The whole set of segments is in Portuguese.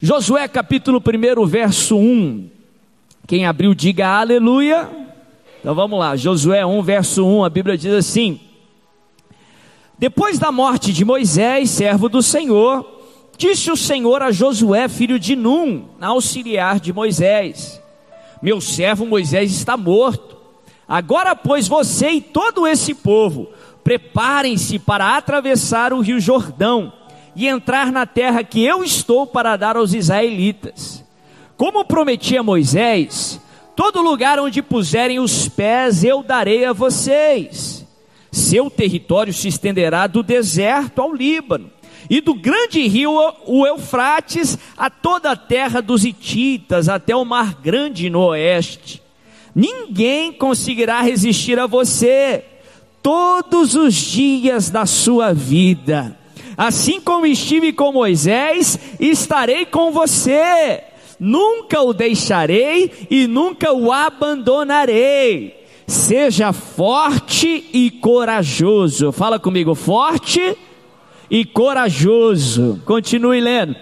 Josué capítulo 1, verso 1. Quem abriu diga aleluia. Então vamos lá, Josué 1, verso 1, a Bíblia diz assim: depois da morte de Moisés, servo do Senhor, disse o Senhor a Josué, filho de Num, auxiliar de Moisés: meu servo Moisés está morto. Agora, pois, você e todo esse povo, preparem-se para atravessar o rio Jordão e entrar na terra que eu estou para dar aos israelitas. Como prometi a Moisés, todo lugar onde puserem os pés eu darei a vocês. Seu território se estenderá do deserto ao Líbano, e do grande rio, o Eufrates, a toda a terra dos hititas, até o mar grande no oeste. Ninguém conseguirá resistir a você todos os dias da sua vida. Assim como estive com Moisés, estarei com você. Nunca o deixarei e nunca o abandonarei. Seja forte e corajoso. Fala comigo, forte e corajoso. Continue lendo.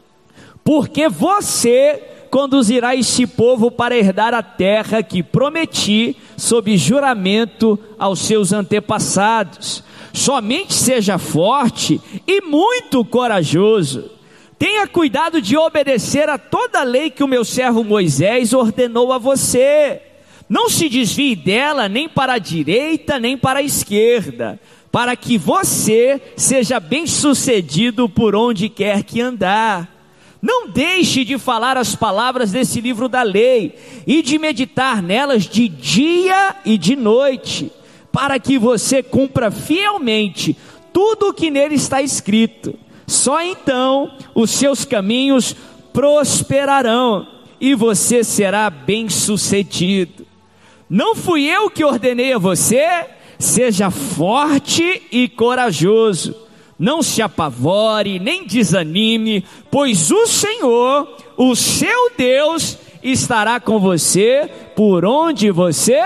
Porque você conduzirá este povo para herdar a terra que prometi sob juramento aos seus antepassados. Somente seja forte e muito corajoso. Tenha cuidado de obedecer a toda a lei que o meu servo Moisés ordenou a você. Não se desvie dela nem para a direita nem para a esquerda, para que você seja bem-sucedido por onde quer que andar. Não deixe de falar as palavras desse livro da lei e de meditar nelas de dia e de noite, para que você cumpra fielmente tudo o que nele está escrito. Só então os seus caminhos prosperarão e você será bem-sucedido. Não fui eu que ordenei a você? Seja forte e corajoso. Não se apavore, nem desanime, pois o Senhor, o seu Deus, estará com você por onde você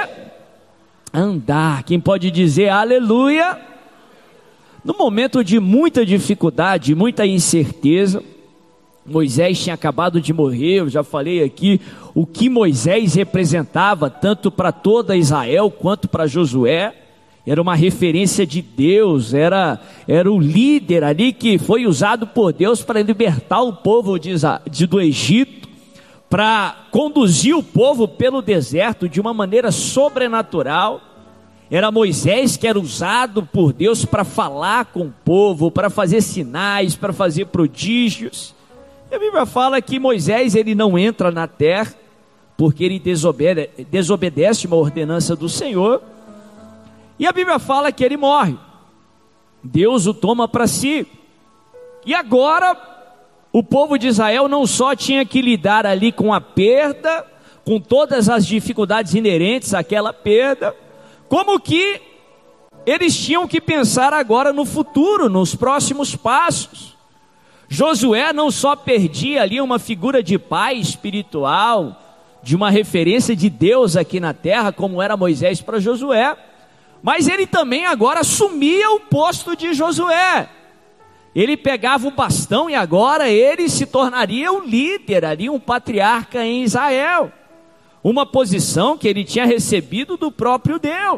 andar. Quem pode dizer aleluia? No momento de muita dificuldade, muita incerteza, Moisés tinha acabado de morrer. Eu já falei aqui o que Moisés representava, tanto para toda Israel quanto para Josué. Era uma referência de Deus, era o líder ali que foi usado por Deus para libertar o povo do Egito, para conduzir o povo pelo deserto de uma maneira sobrenatural. Era Moisés que era usado por Deus para falar com o povo, para fazer sinais, para fazer prodígios. E a Bíblia fala que Moisés ele não entra na terra, porque ele desobedece uma ordenança do Senhor. E a Bíblia fala que ele morre. Deus o toma para si. E agora, o povo de Israel não só tinha que lidar ali com a perda, com todas as dificuldades inerentes àquela perda, como que eles tinham que pensar agora no futuro, nos próximos passos. Josué não só perdia ali uma figura de pai espiritual, de uma referência de Deus aqui na terra, como era Moisés para Josué, mas ele também agora assumia o posto de Josué. Ele pegava o bastão e agora ele se tornaria um líder ali, um patriarca em Israel. Uma posição que ele tinha recebido do próprio Deus.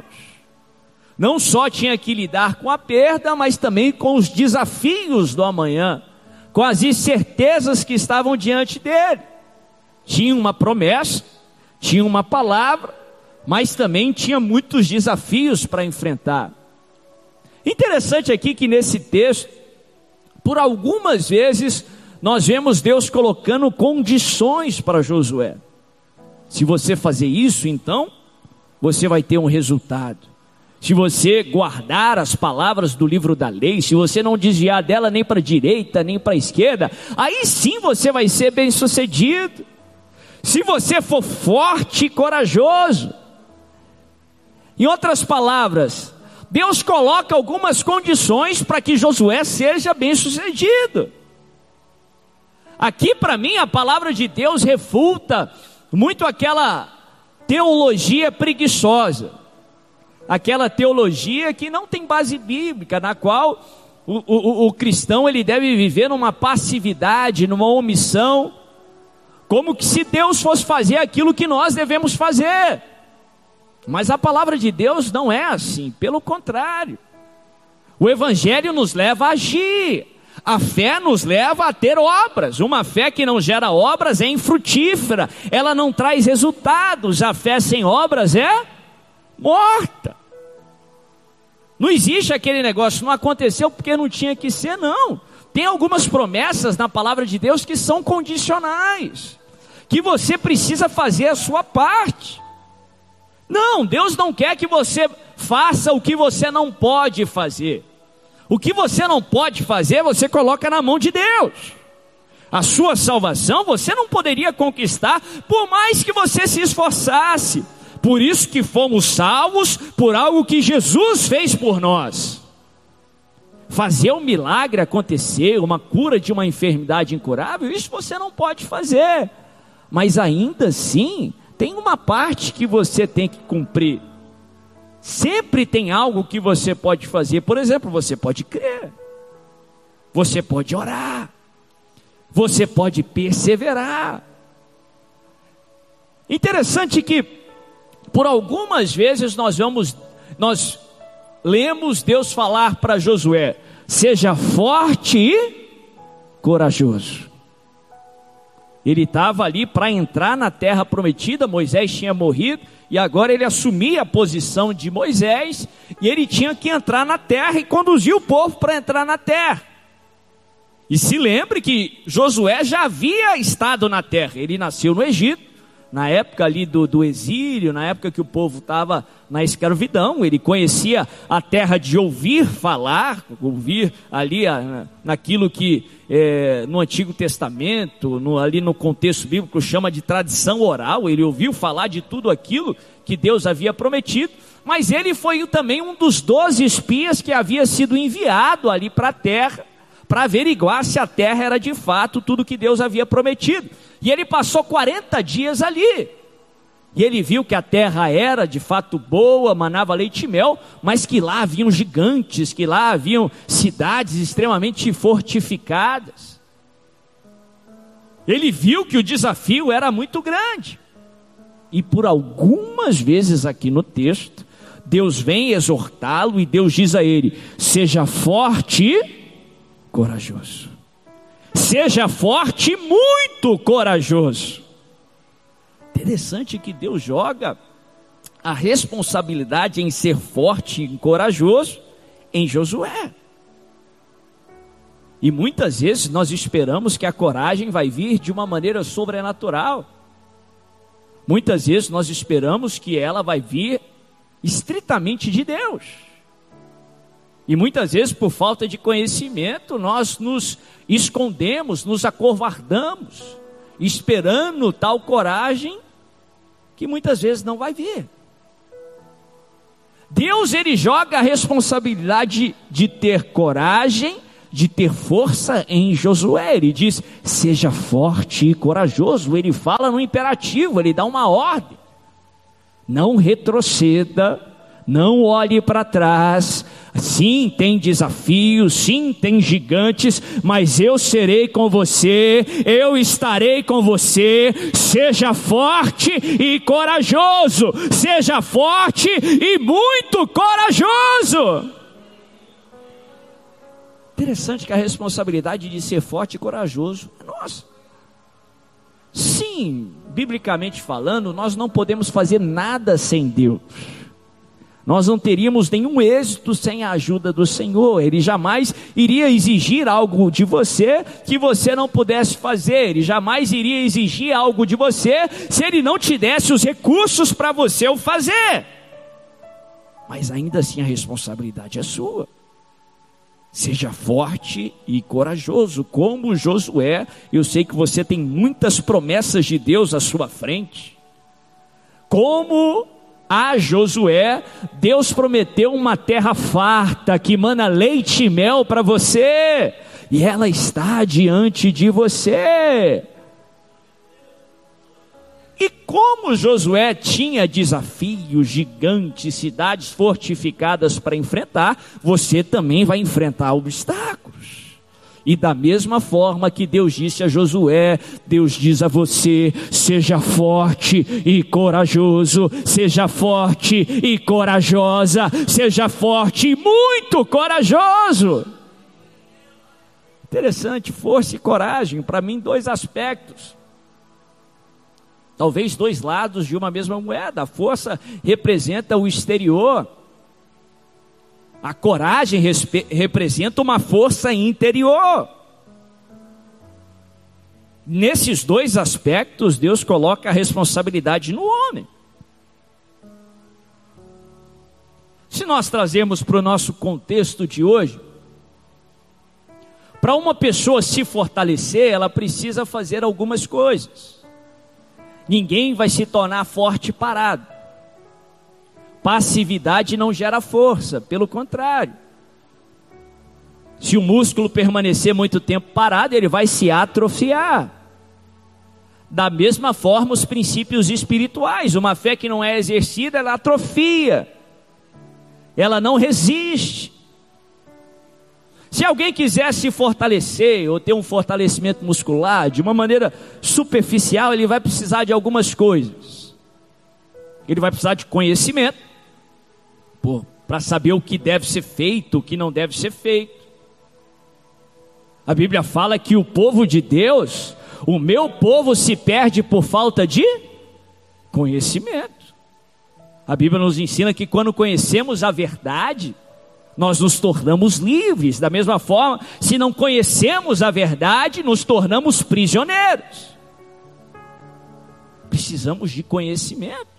Não só tinha que lidar com a perda, mas também com os desafios do amanhã, com as incertezas que estavam diante dele. Tinha uma promessa, tinha uma palavra, mas também tinha muitos desafios para enfrentar. Interessante aqui que nesse texto, por algumas vezes, nós vemos Deus colocando condições para Josué. Se você fazer isso, então, você vai ter um resultado. Se você guardar as palavras do livro da lei, se você não desviar dela nem para a direita, nem para a esquerda, aí sim você vai ser bem-sucedido. Se você for forte e corajoso. Em outras palavras, Deus coloca algumas condições para que Josué seja bem-sucedido. Aqui para mim a palavra de Deus refuta muito aquela teologia preguiçosa, aquela teologia que não tem base bíblica, na qual O cristão, ele deve viver numa passividade, numa omissão, como que se Deus fosse fazer aquilo que nós devemos fazer. Mas a palavra de Deus não é assim, pelo contrário. O evangelho nos leva a agir, a fé nos leva a ter obras. Uma fé que não gera obras é infrutífera, ela não traz resultados. A fé sem obras é morta. Não existe aquele negócio, não aconteceu porque não tinha que ser, não. Tem algumas promessas na palavra de Deus que são condicionais, que você precisa fazer a sua parte. Não, Deus não quer que você faça o que você não pode fazer. O que você não pode fazer, você coloca na mão de Deus. A sua salvação você não poderia conquistar, por mais que você se esforçasse. Por isso que fomos salvos por algo que Jesus fez por nós. Fazer um milagre acontecer, uma cura de uma enfermidade incurável, isso você não pode fazer. Mas ainda assim, tem uma parte que você tem que cumprir. Sempre tem algo que você pode fazer. Por exemplo, você pode crer, você pode orar, você pode perseverar. Interessante que por algumas vezes nós lemos Deus falar para Josué: seja forte e corajoso. Ele estava ali para entrar na terra prometida. Moisés tinha morrido e agora ele assumia a posição de Moisés, e ele tinha que entrar na terra e conduzir o povo para entrar na terra. E se lembre que Josué já havia estado na terra. Ele nasceu no Egito, na época ali do exílio, na época que o povo estava na escravidão. Ele conhecia a terra de ouvir falar, ouvir ali naquilo que no Antigo Testamento, ali no contexto bíblico chama de tradição oral. Ele ouviu falar de tudo aquilo que Deus havia prometido, mas ele foi também um dos 12 espias que havia sido enviado ali para a terra, para averiguar se a terra era de fato tudo que Deus havia prometido. E ele passou 40 dias ali, e ele viu que a terra era de fato boa, manava leite e mel, mas que lá haviam gigantes, que lá haviam cidades extremamente fortificadas. Ele viu que o desafio era muito grande, e por algumas vezes aqui no texto, Deus vem exortá-lo, e Deus diz a ele: seja forte e corajoso. Seja forte e muito corajoso. Interessante que Deus joga a responsabilidade em ser forte e corajoso em Josué. E muitas vezes nós esperamos que a coragem vai vir de uma maneira sobrenatural. Muitas vezes nós esperamos que ela vai vir estritamente de Deus. E muitas vezes, por falta de conhecimento, nós nos escondemos, nos acovardamos, esperando tal coragem que muitas vezes não vai vir. Deus, ele joga a responsabilidade de ter coragem, de ter força em Josué. Ele diz: seja forte e corajoso. Ele fala no imperativo, ele dá uma ordem: não retroceda, não olhe para trás. Sim, tem desafios, sim, tem gigantes, mas eu serei com você, eu estarei com você. Seja forte e corajoso, seja forte e muito corajoso. Interessante que a responsabilidade de ser forte e corajoso é nossa. Sim, biblicamente falando, nós não podemos fazer nada sem Deus. Nós não teríamos nenhum êxito sem a ajuda do Senhor. Ele jamais iria exigir algo de você que você não pudesse fazer. Ele jamais iria exigir algo de você se Ele não te desse os recursos para você o fazer. Mas ainda assim a responsabilidade é sua. Seja forte e corajoso, como Josué. Eu sei que você tem muitas promessas de Deus à sua frente. Como a Josué, Deus prometeu uma terra farta, que mana leite e mel para você, e ela está diante de você. E como Josué tinha desafios gigantes, cidades fortificadas para enfrentar, você também vai enfrentar obstáculos. E da mesma forma que Deus disse a Josué, Deus diz a você: seja forte e corajoso, seja forte e corajosa, seja forte e muito corajoso. Interessante, força e coragem, para mim, dois aspectos. Talvez dois lados de uma mesma moeda. A força representa o exterior, a coragem representa uma força interior. Nesses dois aspectos, Deus coloca a responsabilidade no homem. Se nós trazemos para o nosso contexto de hoje, para uma pessoa se fortalecer, ela precisa fazer algumas coisas. Ninguém vai se tornar forte parado. Passividade não gera força, pelo contrário. Se o músculo permanecer muito tempo parado, ele vai se atrofiar. Da mesma forma, os princípios espirituais, uma fé que não é exercida, ela atrofia, ela não resiste. Se alguém quiser se fortalecer ou ter um fortalecimento muscular de uma maneira superficial, ele vai precisar de algumas coisas. Ele vai precisar de conhecimento, para saber o que deve ser feito, o que não deve ser feito. A Bíblia fala que o povo de Deus, o meu povo, se perde por falta de conhecimento. A Bíblia nos ensina que quando conhecemos a verdade, nós nos tornamos livres. Da mesma forma, se não conhecemos a verdade, nos tornamos prisioneiros. Precisamos de conhecimento.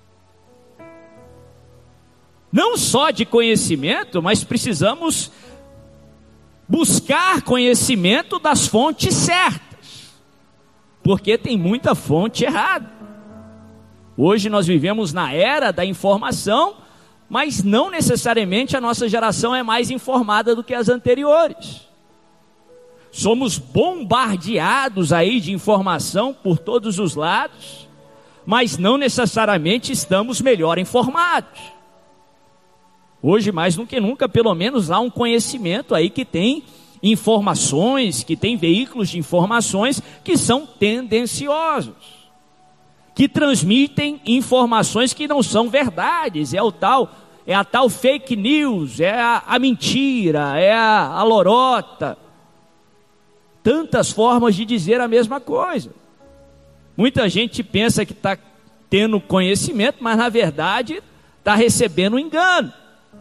Não só de conhecimento, mas precisamos buscar conhecimento das fontes certas, porque tem muita fonte errada. Hoje nós vivemos na era da informação, mas não necessariamente a nossa geração é mais informada do que as anteriores. Somos bombardeados aí de informação por todos os lados, mas não necessariamente estamos melhor informados. Hoje, mais do que nunca, pelo menos há um conhecimento aí que tem informações, que tem veículos de informações que são tendenciosos, que transmitem informações que não são verdades. É a tal fake news, é a mentira, é a lorota. Tantas formas de dizer a mesma coisa. Muita gente pensa que está tendo conhecimento, mas na verdade está recebendo um engano.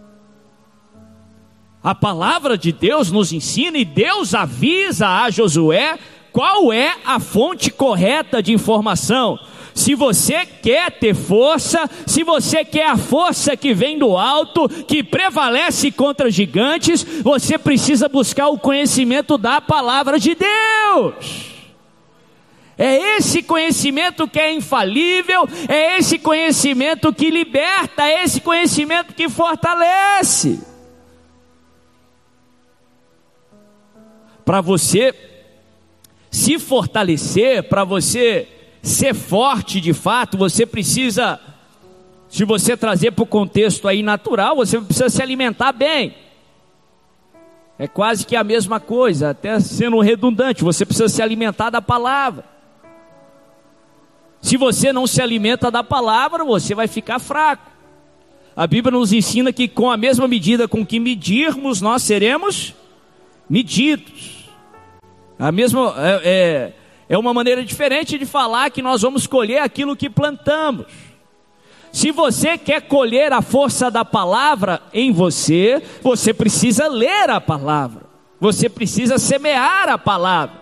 A palavra de Deus nos ensina, e Deus avisa a Josué qual é a fonte correta de informação. Se você quer ter força, se você quer a força que vem do alto, que prevalece contra gigantes, você precisa buscar o conhecimento da palavra de Deus. É esse conhecimento que é infalível, é esse conhecimento que liberta, é esse conhecimento que fortalece. Para você se fortalecer, para você ser forte de fato, você precisa, se você trazer para o contexto aí natural, você precisa se alimentar bem. É quase que a mesma coisa, até sendo redundante, você precisa se alimentar da palavra. Se você não se alimenta da palavra, você vai ficar fraco. A Bíblia nos ensina que com a mesma medida com que medirmos, nós seremos medidos. É uma maneira diferente de falar que nós vamos colher aquilo que plantamos. Se você quer colher a força da palavra em você, você precisa ler a palavra, você precisa semear a palavra.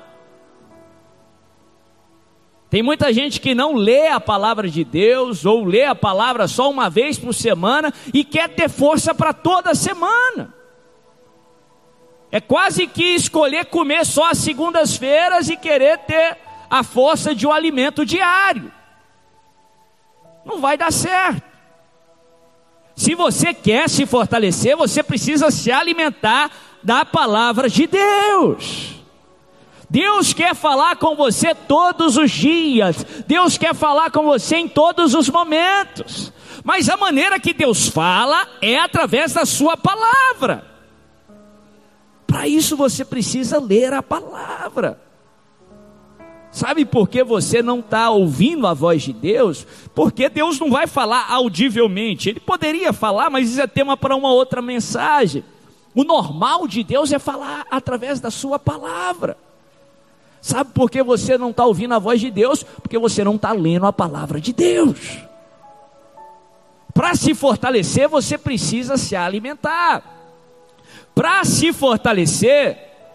Tem muita gente que não lê a palavra de Deus, ou lê a palavra só uma vez por semana, e quer ter força para toda semana. É quase que escolher comer só às segundas-feiras e querer ter a força de um alimento diário. Não vai dar certo. Se você quer se fortalecer, você precisa se alimentar da palavra de Deus. Deus quer falar com você todos os dias, Deus quer falar com você em todos os momentos, mas a maneira que Deus fala é através da sua palavra. Para isso você precisa ler a palavra. Sabe por que você não está ouvindo a voz de Deus? Porque Deus não vai falar audivelmente. Ele poderia falar, mas isso é tema para uma outra mensagem. O normal de Deus é falar através da sua palavra. Sabe por que você não está ouvindo a voz de Deus? Porque você não está lendo a palavra de Deus. Para se fortalecer, você precisa se alimentar. Para se fortalecer,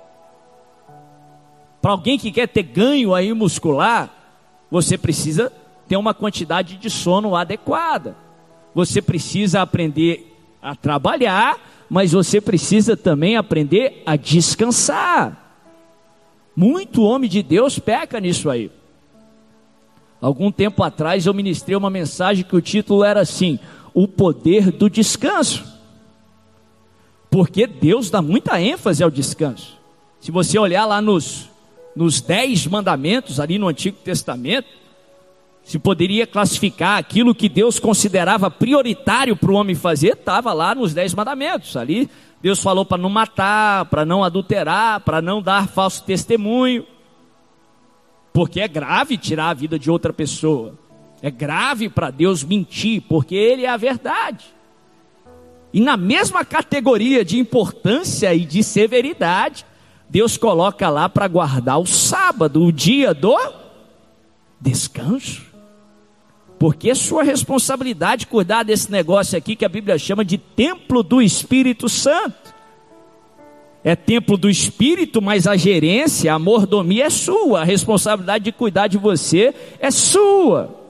para alguém que quer ter ganho aí muscular, você precisa ter uma quantidade de sono adequada. Você precisa aprender a trabalhar, mas você precisa também aprender a descansar. Muito homem de Deus peca nisso aí. Algum tempo atrás eu ministrei uma mensagem que o título era assim: o poder do descanso. Porque Deus dá muita ênfase ao descanso. Se você olhar lá nos 10 mandamentos, ali no Antigo Testamento, se poderia classificar aquilo que Deus considerava prioritário para o homem fazer, estava lá nos 10 mandamentos. Ali Deus falou para não matar, para não adulterar, para não dar falso testemunho. Porque é grave tirar a vida de outra pessoa. É grave para Deus mentir, porque Ele é a verdade. E na mesma categoria de importância e de severidade, Deus coloca lá para guardar o sábado, o dia do descanso. Porque é sua responsabilidade cuidar desse negócio aqui que a Bíblia chama de templo do Espírito Santo. É templo do Espírito, mas a gerência, a mordomia é sua. A responsabilidade de cuidar de você é sua.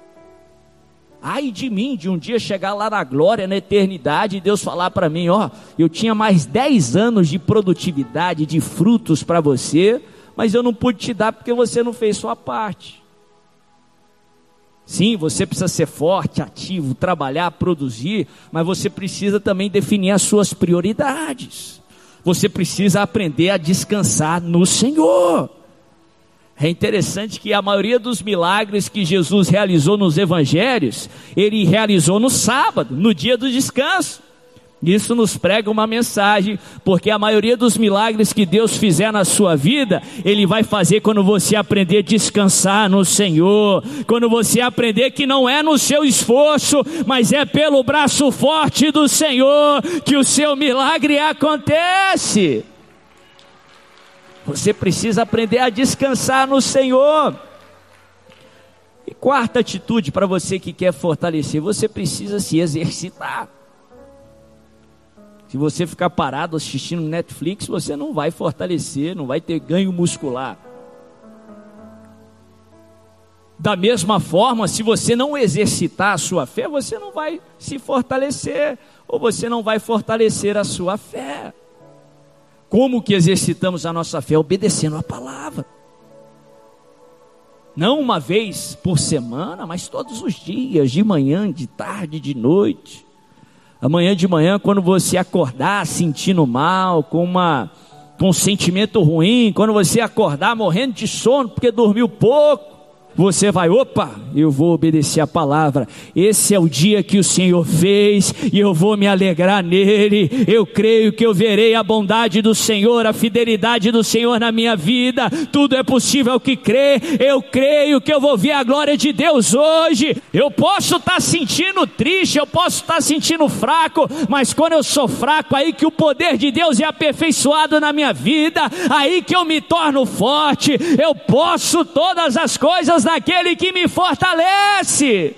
Ai de mim, de um dia chegar lá na glória, na eternidade, e Deus falar para mim: ó, eu tinha mais 10 anos de produtividade, de frutos para você, mas eu não pude te dar porque você não fez sua parte. Sim, você precisa ser forte, ativo, trabalhar, produzir, mas você precisa também definir as suas prioridades. Você precisa aprender a descansar no Senhor. É interessante que a maioria dos milagres que Jesus realizou nos evangelhos, Ele realizou no sábado, no dia do descanso. Isso nos prega uma mensagem, porque a maioria dos milagres que Deus fizer na sua vida, Ele vai fazer quando você aprender a descansar no Senhor, quando você aprender que não é no seu esforço, mas é pelo braço forte do Senhor que o seu milagre acontece. Você precisa aprender a descansar no Senhor. E quarta atitude para você que quer fortalecer: você precisa se exercitar. Se você ficar parado assistindo Netflix, você não vai fortalecer, não vai ter ganho muscular. Da mesma forma, se você não exercitar a sua fé, você não vai se fortalecer, ou você não vai fortalecer a sua fé. Como que exercitamos a nossa fé? Obedecendo a palavra. Não uma vez por semana, mas todos os dias, de manhã, de tarde, de noite. Amanhã de manhã, quando você acordar sentindo mal, com um sentimento ruim, quando você acordar morrendo de sono porque dormiu pouco, você vai: opa, eu vou obedecer a palavra. Esse é o dia que o Senhor fez e eu vou me alegrar nele. Eu creio que eu verei a bondade do Senhor, a fidelidade do Senhor na minha vida. Tudo é possível ao que crê. Eu creio que eu vou ver a glória de Deus hoje. Eu posso estar sentindo triste, eu posso estar sentindo fraco, mas quando eu sou fraco, aí que o poder de Deus é aperfeiçoado na minha vida, aí que eu me torno forte. Eu posso todas as coisas naquele que me fortalece.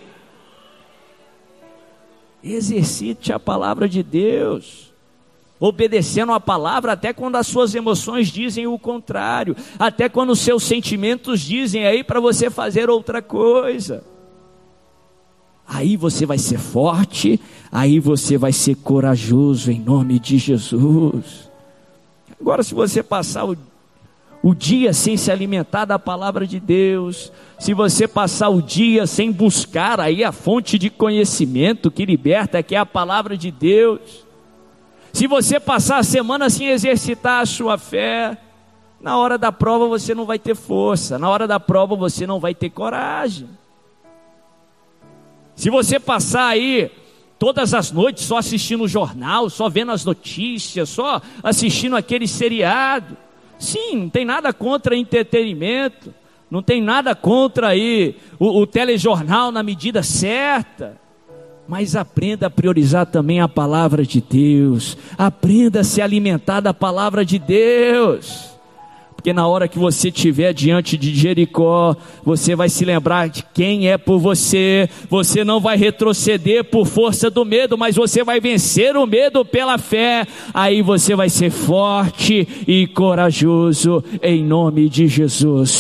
Exercite a palavra de Deus, obedecendo a palavra até quando as suas emoções dizem o contrário, até quando os seus sentimentos dizem aí para você fazer outra coisa. Aí você vai ser forte, aí você vai ser corajoso em nome de Jesus. Agora, se você passar o dia sem se alimentar da palavra de Deus, se você passar o dia sem buscar aí a fonte de conhecimento que liberta, que é a palavra de Deus, se você passar a semana sem exercitar a sua fé, Na hora da prova você não vai ter força, na hora da prova você não vai ter coragem. Se você passar aí todas as noites só assistindo o jornal, só vendo as notícias, só assistindo aquele seriado, sim, não tem nada contra entretenimento, não tem nada contra aí o telejornal na medida certa, mas aprenda a priorizar também a palavra de Deus, aprenda a se alimentar da palavra de Deus, porque na hora que você estiver diante de Jericó, você vai se lembrar de quem é por você, você não vai retroceder por força do medo, mas você vai vencer o medo pela fé, aí você vai ser forte e corajoso, em nome de Jesus.